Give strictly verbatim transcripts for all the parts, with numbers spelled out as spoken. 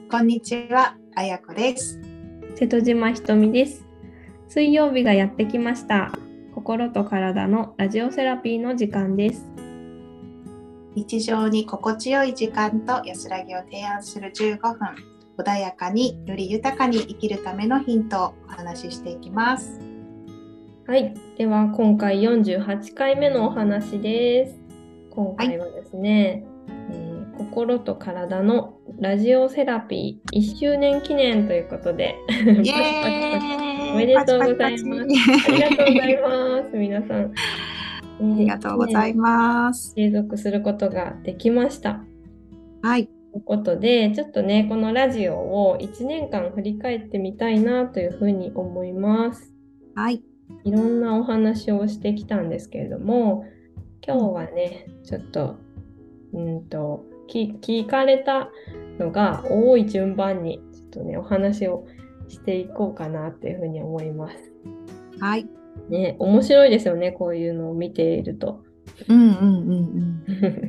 こんにちは、あやこです。 瀬戸島ひとみです。水曜日がやってきました。心と体のラジオセラピーの時間です。 日常に心地よい時間と安らぎを提案するじゅうごふん、穏やかにより豊かに生きるためのヒントをお話ししていきます。 はい、では今回よんじゅうはちかいめのお話です。今回はですね、はいえー、心と体のラジオセラピーいっしゅうねん記念ということでイエーイおめでとうございます。ありがとうございます。皆さん、 ありがとうございます。 継続することができました。 はい。 ということで、ちょっとね、このラジオをいちねんかん振り返ってみたいなというふうに思います。 はい。 いろんなお話をしてきたんですけれども、今日はね、うん、ちょっと、うんと、聞、聞かれたのが多い順番に、ちょっとね、お話をしていこうかなっていうふうに思います。 はい。 ね、面白いですよね、こういうのを見ていると。 うんうんうんうん。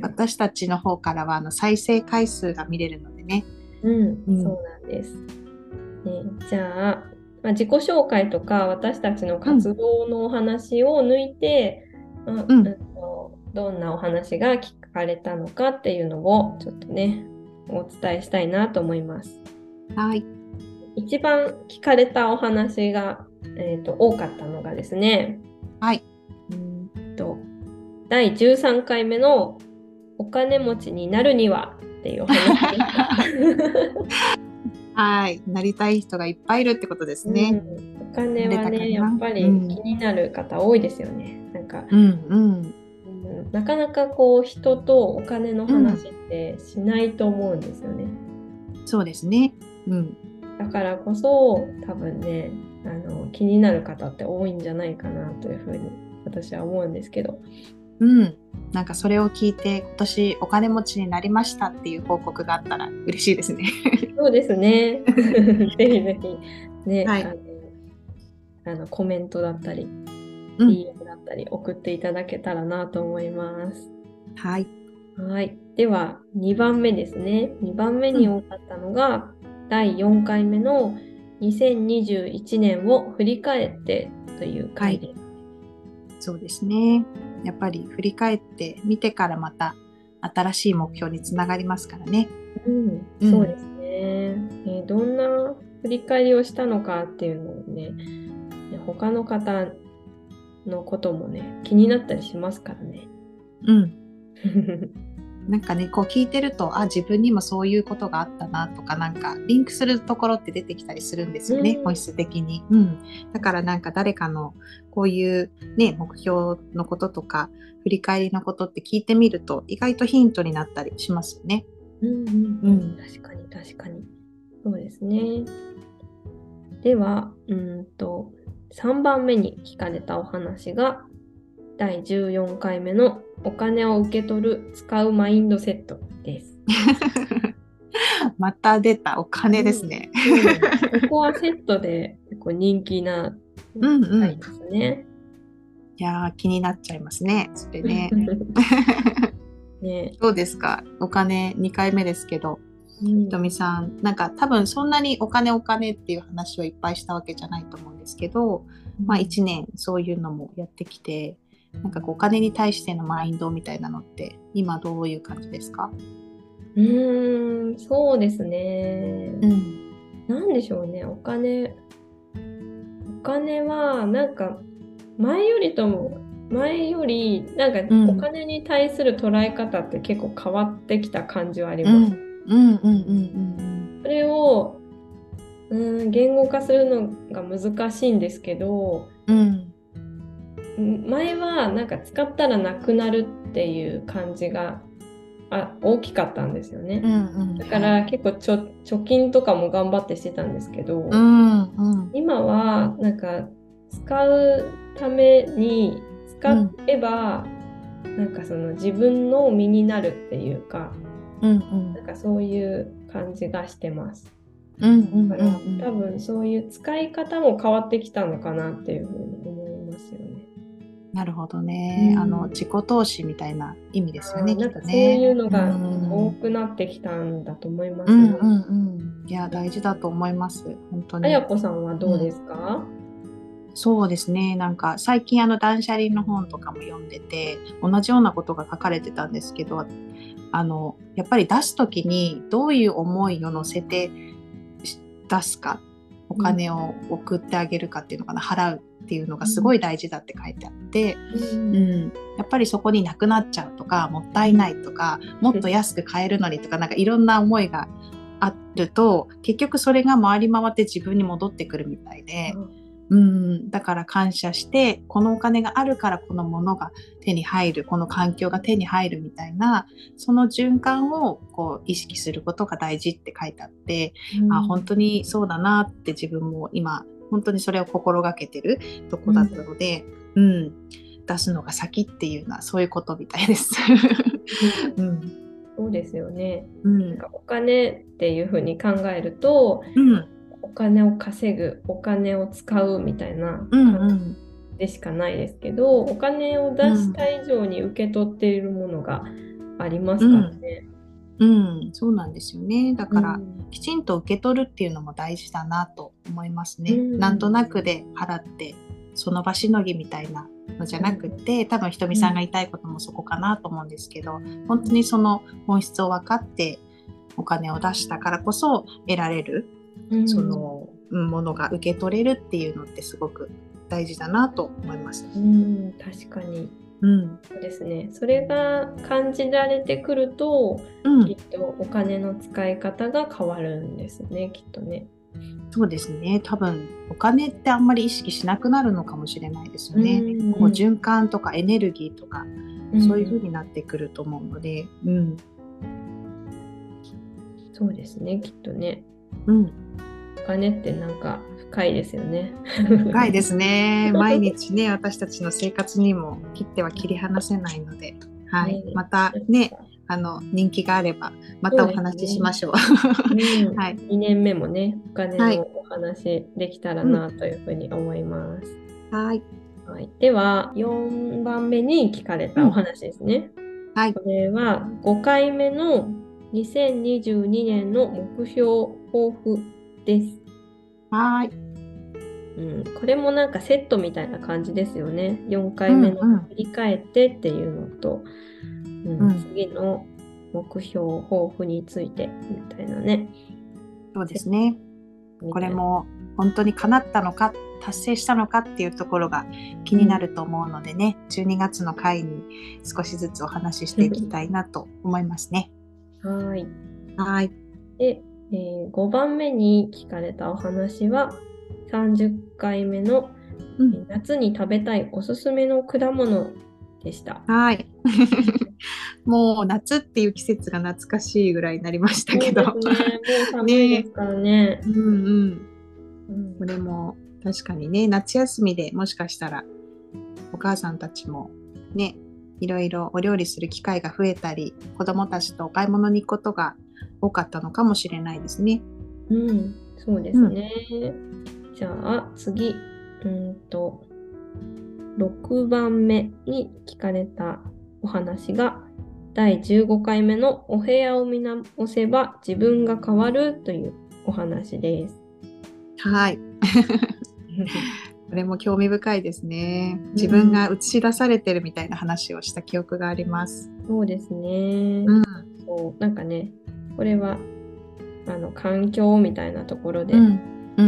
私たちの方からはあの再生回数が見れるのでね。 うん、うん、そうなんです。ね、じゃあ、まあ、自己紹介とか私たちの活動のお話を抜いて、うんうん、どんなお話が聞かれたのかっていうのをちょっとねお伝えしたいなと思います。 はい。 一番聞かれたお話が、えーと、多かったのがですね、 はい。 うんとだいじゅうさんかいめのお金持ちになるにはっていうお話でした。 はい、なりたい人がいっぱいいるってことですね。 うん、お金はね、やっぱり気になる方多いですよね。うん、なんか、 うんうんうん、なかなかこう人とお金の話ってしないと思うんですよね。 うん、そうですね。うん。 だからこそ多分ね、あの気になる方って多いんじゃないかなというふうに私は思うんですけど。 うん。なんかそれを聞いて今年お金持ちになりましたっていう報告があったら嬉しいですね。 そうですね。ぜひぜひね、 はい、 あのあのコメントだったり、 うん、 ディーエム だったり送っていただけたらなと思います。 はい。 はい。ではにばんめですね。にばんめに多かったのが、うん、だいよんかいめのにせんにじゅういちねんを振り返ってという回です。はい、 そうですね。やっぱり振り返ってみてからまた新しい目標につながりますからね。 うん、うん、そうですね、えー。どんな振り返りをしたのかっていうのをね、他の方のこともね、気になったりしますからね。 うん。なんかね、こう聞いてると、あ、自分にもそういうことがあったなとか、なんかリンクするところって出てきたりするんですよね、うん、本質的に。うん。だからなんか誰かのこういうね、目標のこととか、振り返りのことって聞いてみると、意外とヒントになったりしますよね。 うんうんうん。確かに確かに。そうですね。では、うんと、さんばんめに聞かれたお話が、だいじゅうよんかいめのお金を受け取る使うマインドセットです。 また出たお金ですね。 うん、ここはセットで結構人気な回ですね。 うんうん、いやー気になっちゃいますね。それね。ね、どうですか？お金にかいめですけど、ひとみさん、なんか多分そんなにお金お金っていう話をいっぱいしたわけじゃないと思うんですけど、うん、まあいちねんそういうのもやってきて、なんかこうお金に対してのマインドみたいなのって今どういう感じですか？ うーん、そうですね。 うん。 なんでしょうね、お金、お金はなんか前よりとも前よりなんかお金に対する捉え方って結構変わってきた感じはあります。うんうんうんうん。それをうん、言語化するのが難しいんですけど、うん、前はなんか使ったらなくなるっていう感じがあ大きかったんですよね。うんうん、だから結構ちょ貯金とかも頑張ってしてたんですけど、うんうん、今はなんか使うために使えば、うん、なんかその自分の身になるっていうか、うんうん、なんかそういう感じがしてます。うんうんうんうん、だから多分そういう使い方も変わってきたのかなっていうふうに思いますよね。 なるほどね、うん、あの自己投資みたいな意味ですよね、きっとね。 そういうのが多くなってきたんだと思いますね。 うんうんうん、いや大事だと思います、本当に。 あやこさんはどうですか？ うん、そうですね、なんか最近あの断捨離の本とかも読んでて同じようなことが書かれてたんですけど、あのやっぱり出す時にどういう思いを乗せて出すか、お金を送ってあげるかっていうのかな、払うっていうのがすごい大事だって書いてあって、うんうん、やっぱりそこになくなっちゃうとかもったいないとか、もっと安く買えるのにとか、なんかいろんな思いがあると結局それが回り回って自分に戻ってくるみたいで、うん、だから感謝して、このお金があるからこのものが手に入る、この環境が手に入るみたいな、その循環をこう意識することが大事って書いてあって、うん、あ、本当にそうだなって自分も今本当にそれを心がけてるとこだったので、うん、うん、出すのが先っていうのはそういうことみたいです。 うん、そうですよね、うん、なんかお金っていうふうに考えると、うん、お金を稼ぐ、お金を使うみたいな感じでしかないですけど、うんうん、お金を出した以上に受け取っているものがありますからね。 うん、うん、そうなんですよね。だから、うん、きちんと受け取るっていうのも大事だなと思いますね。うん、なんとなくで払ってその場しのぎみたいなのじゃなくて、多分ひとみさんが言いたいこともそこかなと思うんですけど、本当にその本質を分かってお金を出したからこそ得られる、うん、そのものが受け取れるっていうのってすごく大事だなと思います。 うん、確かに、うん、そうですね。それが感じられてくると、うん、きっとお金の使い方が変わるんですね、きっとね。 そうですね。多分お金ってあんまり意識しなくなるのかもしれないですよね。うんうん、こう循環とかエネルギーとか、うん、そういう風になってくると思うので、うん、 そうですね、きっとね。 うん、 お金ってなんか深いですよね。 深いですね。毎日ね、私たちの生活にも切っては切り離せないので、はい、ね、またね、あの人気があればまたお話ししましょう。 うん、はい、にねんめもね、お金のお話できたらなというふうに思います。 はい。 はい、ではよんばんめに聞かれたお話ですね。うん、はい。これはごかいめのにせんにじゅうにねんの目標抱負です。 はい。 うん、これもなんかセットみたいな感じですよね。よんかいめの振り返ってっていうのと、うんうん、次の目標抱負についてみたいなね。 そうですね。これも本当に叶ったのか達成したのかっていうところが気になると思うのでね、うん、じゅうにがつの回に少しずつお話ししていきたいなと思いますね。 はい。 はい。 で、えー、ごばんめに聞かれたお話はさんじゅっかいめの、うん、夏に食べたいおすすめの果物でした。 はい。もう夏っていう季節が懐かしいぐらいになりましたけど。 そうですね。もう寒いですからね。 ね、うんうん。これも確かにね、夏休みでもしかしたらお母さんたちもね、いろいろお料理する機会が増えたり、子どもたちとお買い物に行くことが多かったのかもしれないですね。 うん、そうですね。うん、じゃあ次、うんとろくばんめに聞かれたお話がだいじゅうごかいめのお部屋を見直せば自分が変わるというお話です。 はい。これも興味深いですね。自分が映し出されてるみたいな話をした記憶があります。 うん、そうですね。うん、そうなんかね、これはあの環境みたいなところで、うんうんうん、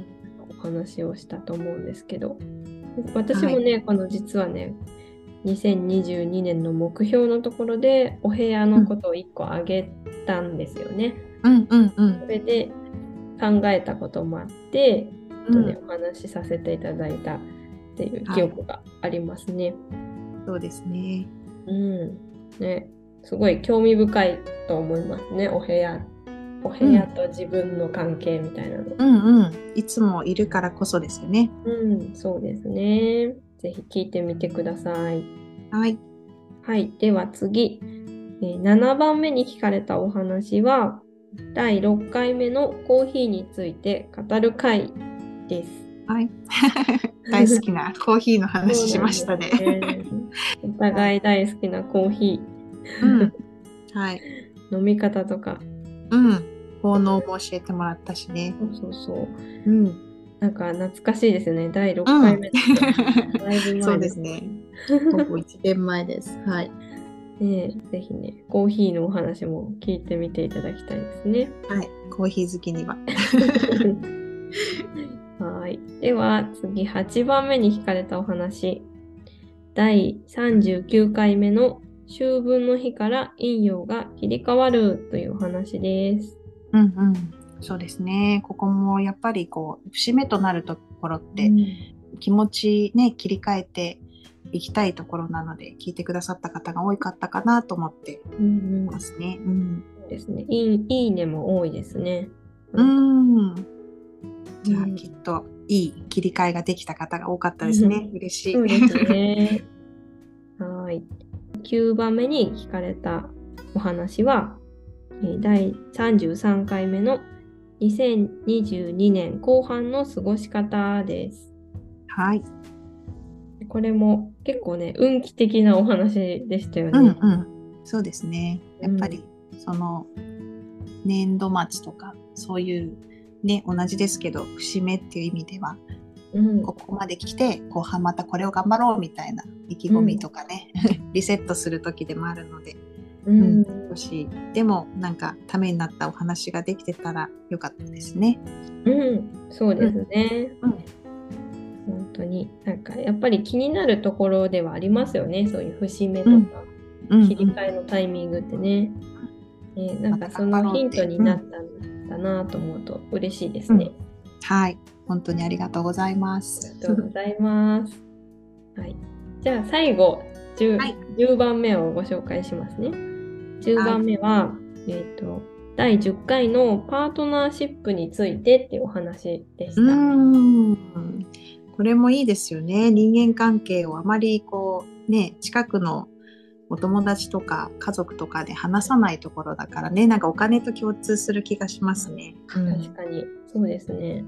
お話をしたと思うんですけど、私もね、はい、この実はね、にせんにじゅうにねんの目標のところでお部屋のことをいっこ挙げたんですよね。 うんうんうん、 それで考えたこともあって、うんとね、お話しさせていただいたっていう記憶がありますね。 はい、そうですね。 うん、ね、すごい興味深いと思いますね、お部屋。お部屋と自分の関係みたいなの。 うんうん、いつもいるからこそですよね。 うん、そうですね。ぜひ聞いてみてください。 はい。 はい、では次、えー、ななばんめに聞かれたお話はだいろっかいめのコーヒーについて語る会です。 はい。大好きなコーヒーの話しましたね。 ねお互い大好きなコーヒー。うん。はい。 飲み方とか。 うん。効能も教えてもらったしね。 そうそうそう。 うん。 なんか懐かしいですよね。だいろっかいめですよね。うん、だいぶ前です。 そうですね。ほぼいちねんまえです。はい。 ね、ぜひね、コーヒーのお話も聞いてみていただきたいですね。 はい。コーヒー好きには。 はい。では次はちばんめに聞かれたお話。だいさんじゅうきゅうかいめの秋分の日から陰陽が切り替わるというお話です。 うんうん。そうですね。ここもやっぱりこう節目となるところって、うん、気持ちね切り替えていきたいところなので聞いてくださった方が多かったかなと思ってますね。うん、うん、 そうですね。いい、いいねも多いですね。 うん。じゃあ、きっといい切り替えができた方が多かったですね。嬉しい。 そうですね。はい。きゅうばんめに聞かれたお話は、だいさんじゅうさんかいめのにせんにじゅうにねんこう半の過ごし方です。 はい。 これも結構ね、運気的なお話でしたよね。 うんうん。そうですね。やっぱり、うん、その年度末とかそういうね、同じですけど節目っていう意味では、うん、ここまで来て後半またこれを頑張ろうみたいな意気込みとかね、うん、リセットする時でもあるので、うんうん、少しでもなんかためになったお話ができてたらよかったですね。 うん、そうですね。うん、本当になんかやっぱり気になるところではありますよね。そういう節目とか、うん、切り替えのタイミングってね。うんうん、えー、なんかそのヒントになったんだなと思うと嬉しいですね。 うん、はい、本当にありがとうございます。 ありがとうございます。はい、じゃあ最後 10,、はい、じゅうばんめをご紹介しますね。じゅうばんめは、はい、えーと、だいじゅっかいのパートナーシップについてっていうお話でした。 うーん、これもいいですよね。人間関係をあまりこうね、近くのお友達とか家族とかで話さないところだからね、なんかお金と共通する気がしますね。 うん、確かにそうですね。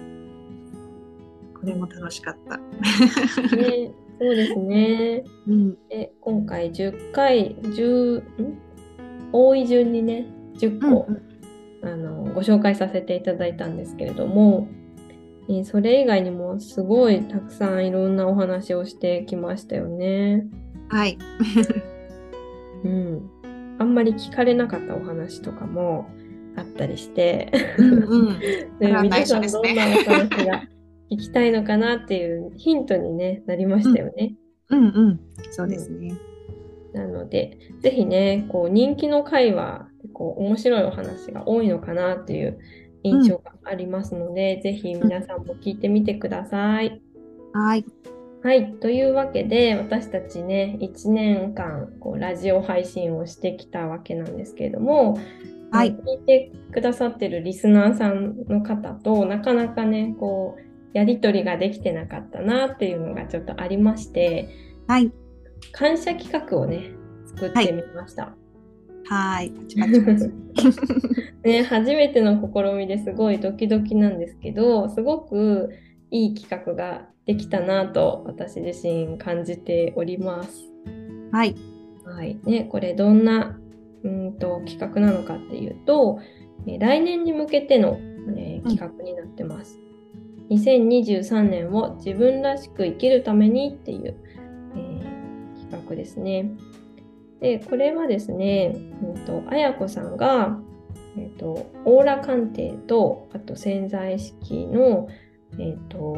これも楽しかった。 ね、そうですね。うん、で今回じゅっかい、じゅう、ん多い順にね、じゅっこ、うんうん、あのご紹介させていただいたんですけれども、えー、それ以外にもすごいたくさんいろんなお話をしてきましたよね。 はい。 うん、あんまり聞かれなかったお話とかもあったりして、 うんうん、 で皆さんどんなお話が聞きたいのかなっていうヒントに、ね、なりましたよね。 うん、うんうん、そうですね。 うん、なのでぜひね、こう人気の回はこう面白いお話が多いのかなっていう印象がありますので、うん、ぜひ皆さんも聞いてみてください。 はい。 はい、というわけで私たちねいちねんかんこうラジオ配信をしてきたわけなんですけれども、はい、聞いてくださってるリスナーさんの方となかなかねこうやり取りができてなかったなっていうのがちょっとありまして、 はい、 感謝企画をね作ってみました。 はい、パチパチパチね、初めての試みですごいドキドキなんですけど、すごくいい企画ができたなと私自身感じております。 はい。 はいね、これどんなうんと企画なのかっていうと、え来年に向けての、えー、企画になってます。うん、にせんにじゅうさんねんを自分らしく生きるためにっていう、えー、企画ですね。で、これはですね、うんと、あやこさんが、えーと、オーラ鑑定と、あと潜在意識の、えーと、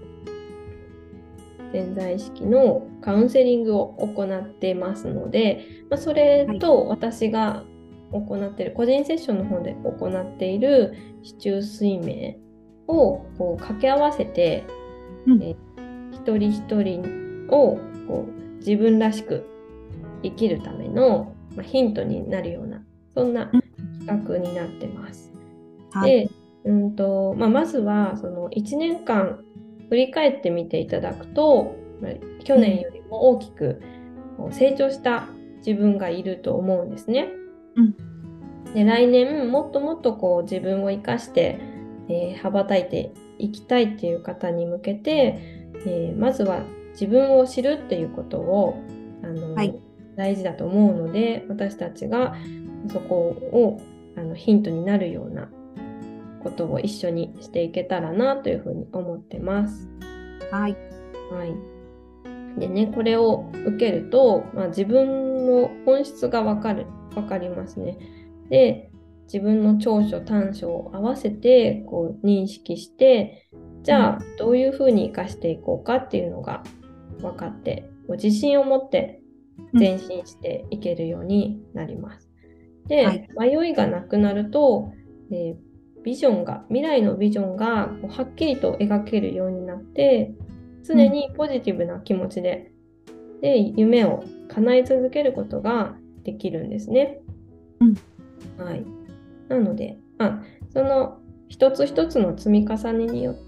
潜在意識のカウンセリングを行ってますので、まあ、それと私が行っている、はい、個人セッションの方で行っている四柱推命をこう掛け合わせて、うんえー、一人一人をこう自分らしく生きるための、まあ、ヒントになるようなそんな企画になってます。はい、で、うんとまあ、まずはそのいちねんかん振り返ってみていただくと、まあ、去年よりも大きく成長した自分がいると思うんですね。うん、で来年もっともっとこう自分を生かして、えー、羽ばたいていきたいっていう方に向けて、えー、まずは自分を知るっていうことをあの、はい、大事だと思うので、私たちがそこをあのヒントになるようなことを一緒にしていけたらなというふうに思ってます。 はい。 はい。でね、これを受けると、まあ、自分の本質がわかる、わかりますね。で、自分の長所短所を合わせてこう認識して、じゃあどういうふうに生かしていこうかっていうのが分かって、こう自信を持って前進していけるようになります。で、はい、迷いがなくなると、えー、ビジョンが、未来のビジョンがこうはっきりと描けるようになって、常にポジティブな気持ちで、うん、で夢を叶え続けることができるんですね。 うん、 はい。なので、あ、その一つ一つの積み重ねによって、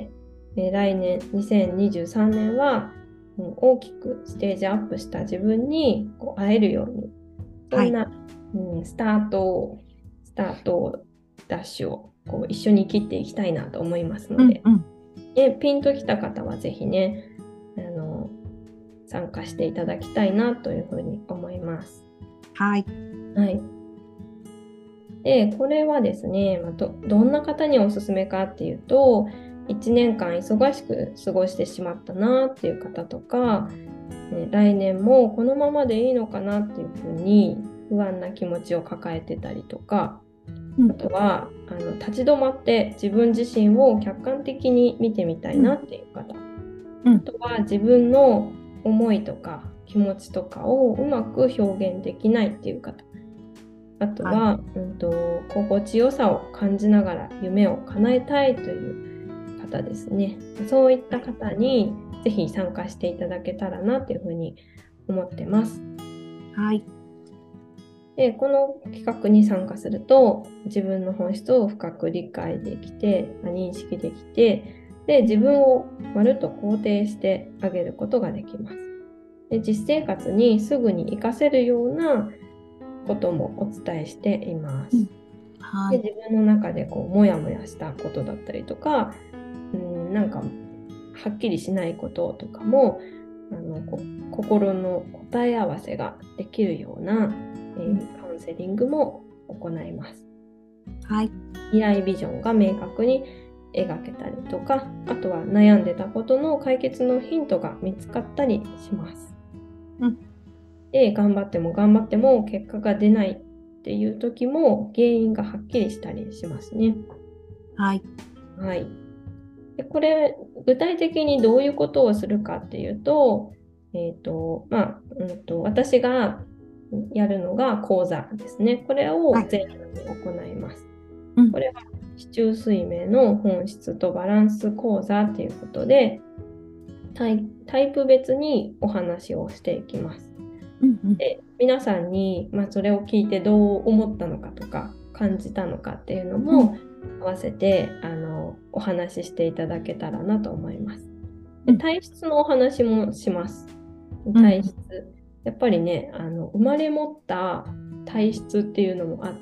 えー、来年にせんにじゅうさんねんは、うん、大きくステージアップした自分にこう会えるように、そんな、はい、うん、スタートスタートダッシュをこう一緒に切っていきたいなと思いますので、うんうん、でピンときた方はぜひね、あの参加していただきたいなというふうに思います。 はい。 はい。で、これはですね、まあ、ど、どんな方におすすめかっていうと、いちねんかん忙しく過ごしてしまったなっていう方とか、ね、来年もこのままでいいのかなっていうふうに不安な気持ちを抱えてたりとか、あとはあの立ち止まって自分自身を客観的に見てみたいなっていう方、うん、あとは自分の思いとか気持ちとかをうまく表現できないっていう方、あとは、はい、うんと、心地よさを感じながら夢を叶えたいという方ですね。そういった方にぜひ参加していただけたらなというふうに思ってます。 はい。 で、この企画に参加すると、自分の本質を深く理解できて、認識できて、で、自分をまるっと肯定してあげることができます。で、実生活にすぐに活かせるようなこともお伝えしています。うん、はい、で、自分の中でこうモヤモヤしたことだったりとか、うん、なんかはっきりしないこととかも、あのこ心の答え合わせができるような、えー、カウンセリングも行います。 はい、 未来ビジョンが明確に描けたりとか、あとは悩んでたことの解決のヒントが見つかったりします。 うん、 で、頑張っても頑張っても結果が出ないっていう時も原因がはっきりしたりしますね。 はい。 はい。で、これ、具体的にどういうことをするかっていうと、えっと、まあ、うんと、私がやるのが講座ですね。これを前半に行います。はい、これは、四柱推命の本質とバランス講座ということで、タイ、タイプ別にお話をしていきます。 うんうん、 で、皆さんに、まあ、それを聞いてどう思ったのかとか感じたのかっていうのも合わせて、うん、あのお話ししていただけたらなと思います。で、体質のお話もします。体質、うん、やっぱりね、あの生まれ持った体質っていうのもあって、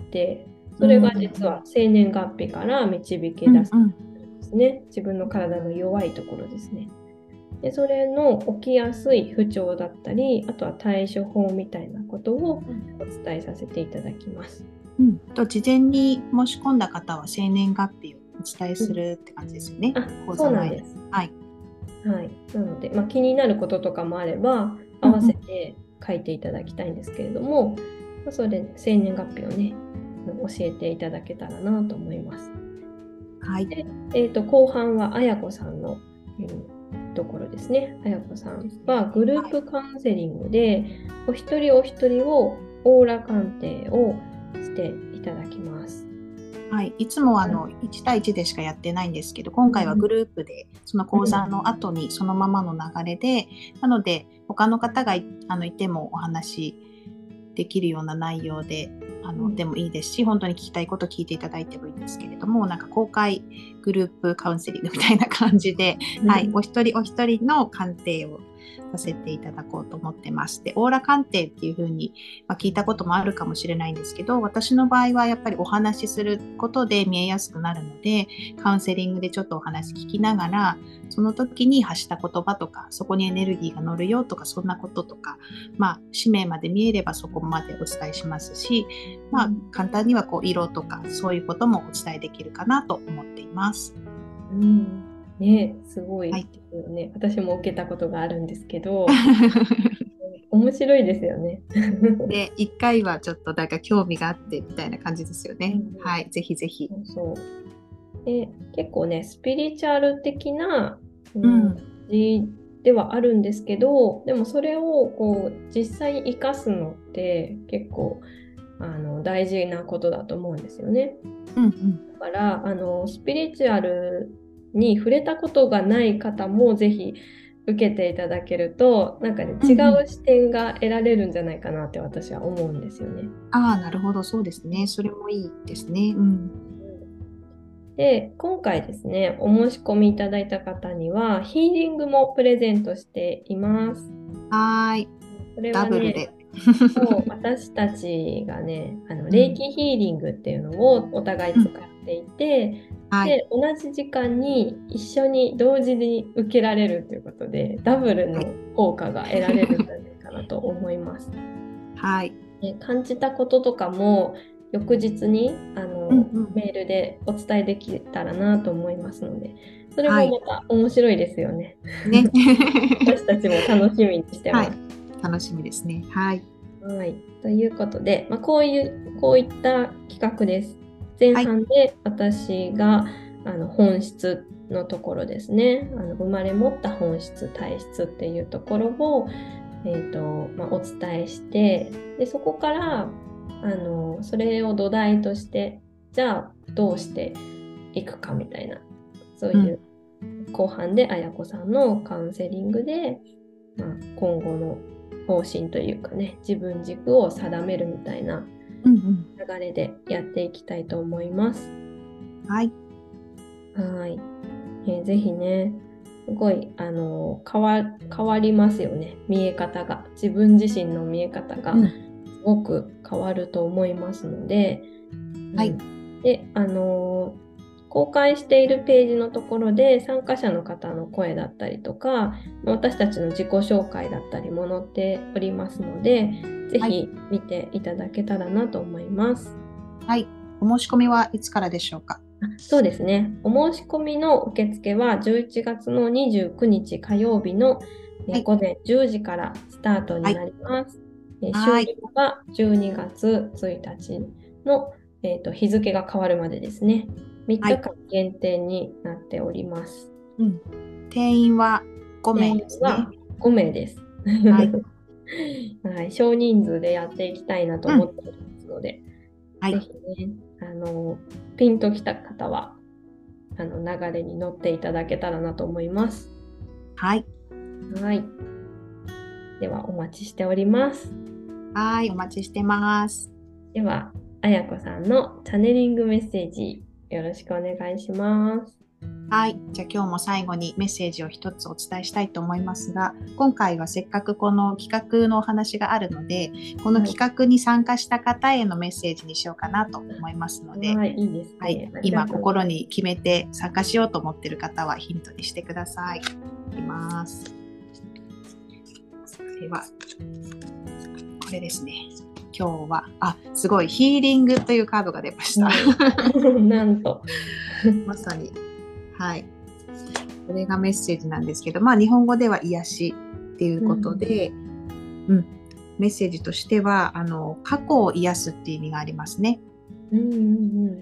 それが実は生年月日から導き出すんですね。うんうん、自分の体の弱いところですね。で、それの起きやすい不調だったり、あとは対処法みたいなことをお伝えさせていただきます。 うん、と事前に申し込んだ方は生年月日をお伝えするって感じですよね。 うん、あ、そうなんです。 はい。 はい。なので、まあ、気になることとかもあれば、合わせて書いていただきたいんですけれども、うんうん、それで生年月日をね、教えていただけたらなと思います。 はい。 で、えーと、後半はあやこさんの、うんところですね。あやこさんはグループカウンセリングで、お一人お一人をオーラ鑑定をしていただきます。 はい、いつもあのいち対いちでしかやってないんですけど、今回はグループでその講座の後にそのままの流れで、なので他の方が い, あのいてもお話できるような内容であのでもいいですし、本当に聞きたいこと聞いていただいてもいいんですけれども、なんか公開グループカウンセリングみたいな感じで、はい、お一人お一人の鑑定をさせていただこうと思ってます。で、オーラ鑑定っていうふうに、まあ、聞いたこともあるかもしれないんですけど、私の場合はやっぱりお話しすることで見えやすくなるので、カウンセリングでちょっとお話聞きながら、その時に発した言葉とか、そこにエネルギーが乗るよとか、そんなこととか、まあ、使命まで見えればそこまでお伝えしますし、まあ、簡単にはこう色とかそういうこともお伝えできるかなと思っています。 うん、ね、すごいですよね。はい、私も受けたことがあるんですけど、面白いですよね。 で、一回はちょっとなんか興味があってみたいな感じですよね。うん、はい、ぜひぜひ。 そうそうで結構ね、スピリチュアル的な感じではあるんですけど、うん、でもそれをこう実際に生かすのって結構あの大事なことだと思うんですよね。 うんうん、 だからあのスピリチュアルに触れたことがない方もぜひ受けていただけると、なんかね、違う視点が得られるんじゃないかなって私は思うんですよね。 ああ、なるほど、そうですね。それもいいですね。うん。 で、今回ですね、お申し込みいただいた方にはヒーリングもプレゼントしています。 はい。 それはね、 ダブルで。 そう私たちがね、あの霊気ヒーリングっていうのをお互い使っていて、うん、で、同じ時間に一緒に同時に受けられるということで、ダブルの効果が得られるんじゃないかなと思います。 はい。 で、感じたこととかも翌日にあの、うんうん、メールでお伝えできたらなと思いますので、それもまた面白いですよね。 ね。 私たちも楽しみにしてます。 はい、楽しみですね。はい。 はい。ということで、まあ、こういう、こういった企画です。前半で私が、はい、あの本質のところですね。あの生まれ持った本質、体質っていうところを、えーとまあ、お伝えして、でそこからあのそれを土台として、じゃあどうしていくかみたいな、そういう後半で綾子さんのカウンセリングで、まあ、今後の方針というかね、自分軸を定めるみたいな流れでやっていきたいと思います。 うんうん、はい。 はい、えー、ぜひね、すごいあの変わ、変わりますよね、見え方が。自分自身の見え方がすごく変わると思いますので、 うん、はい。 で、あの公開しているページのところで参加者の方の声だったりとか、私たちの自己紹介だったりも載っておりますので、ぜひ見ていただけたらなと思います。 はい。お申し込みはいつからでしょうか？ そうですね。お申し込みの受付はじゅういちがつのにじゅうくにち火曜日の午前じゅうじからスタートになります。はい、終了がじゅうにがつついたちの、えーと、日付が変わるまでですね。みっかかん限定になっております。 はい、うん、定員はごめいですね。 定員はごめいです。はいはい、少人数でやっていきたいなと思っておりますので、うん、ぜひね、あのピンときた方はあの流れに乗っていただけたらなと思います。 はい。 はい。ではお待ちしております。 はい、お待ちしてます。 では、綾子さんのチャネリングメッセージよろしくお願いします。 はい。じゃあ今日も最後にメッセージを一つお伝えしたいと思いますが、今回はせっかくこの企画のお話があるので、この企画に参加した方へのメッセージにしようかなと思いますので、 はい、いいですね。 はい、今心に決めて参加しようと思っている方はヒントにしてください。いきます。では、これですね。今日は、あ、すごい、ヒーリングというカードが出ました。 うん、なんと。 まさに。はい。これがメッセージなんですけど、まあ日本語では癒しっていうことで、うん、うん、メッセージとしては、あの、過去を癒すっていう意味がありますね。 うんうんうん、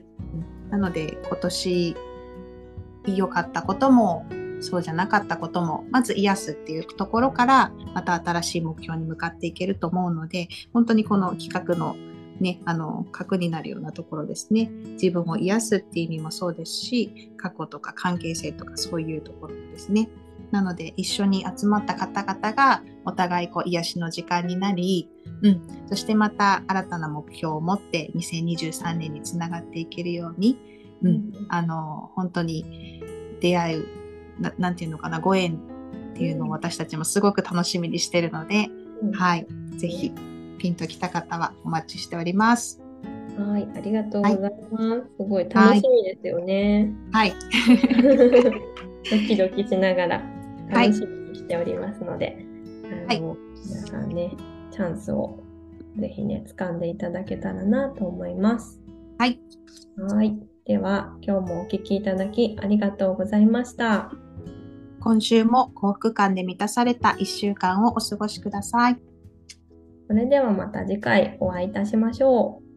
なので、今年良かったことも、そうじゃなかったことも、まず癒すっていうところから、また新しい目標に向かっていけると思うので、本当にこの企画のね、あの核になるようなところですね。自分を癒すっていう意味もそうですし、過去とか関係性とかそういうところですね。なので一緒に集まった方々がお互いこう癒しの時間になり、うん、そしてまた新たな目標を持ってにせんにじゅうさんねんにつながっていけるように、うん、あの本当に出会う な, なんていうのかなご縁ってっていうのを私たちもすごく楽しみにしてるので、うん、はい、ぜひピンときた方はお待ちしております。 はい、ありがとうございます。はい、すごい楽しみですよね。 はい。 ドキドキしながら楽しみにしておりますので、はい、あの、皆さんね、チャンスをぜひね、掴んでいただけたらなと思います。 はい。 はい。では、今日もお聞きいただきありがとうございました。 今週も幸福感で満たされたいっしゅうかんをお過ごしください。 それではまた次回お会いいたしましょう。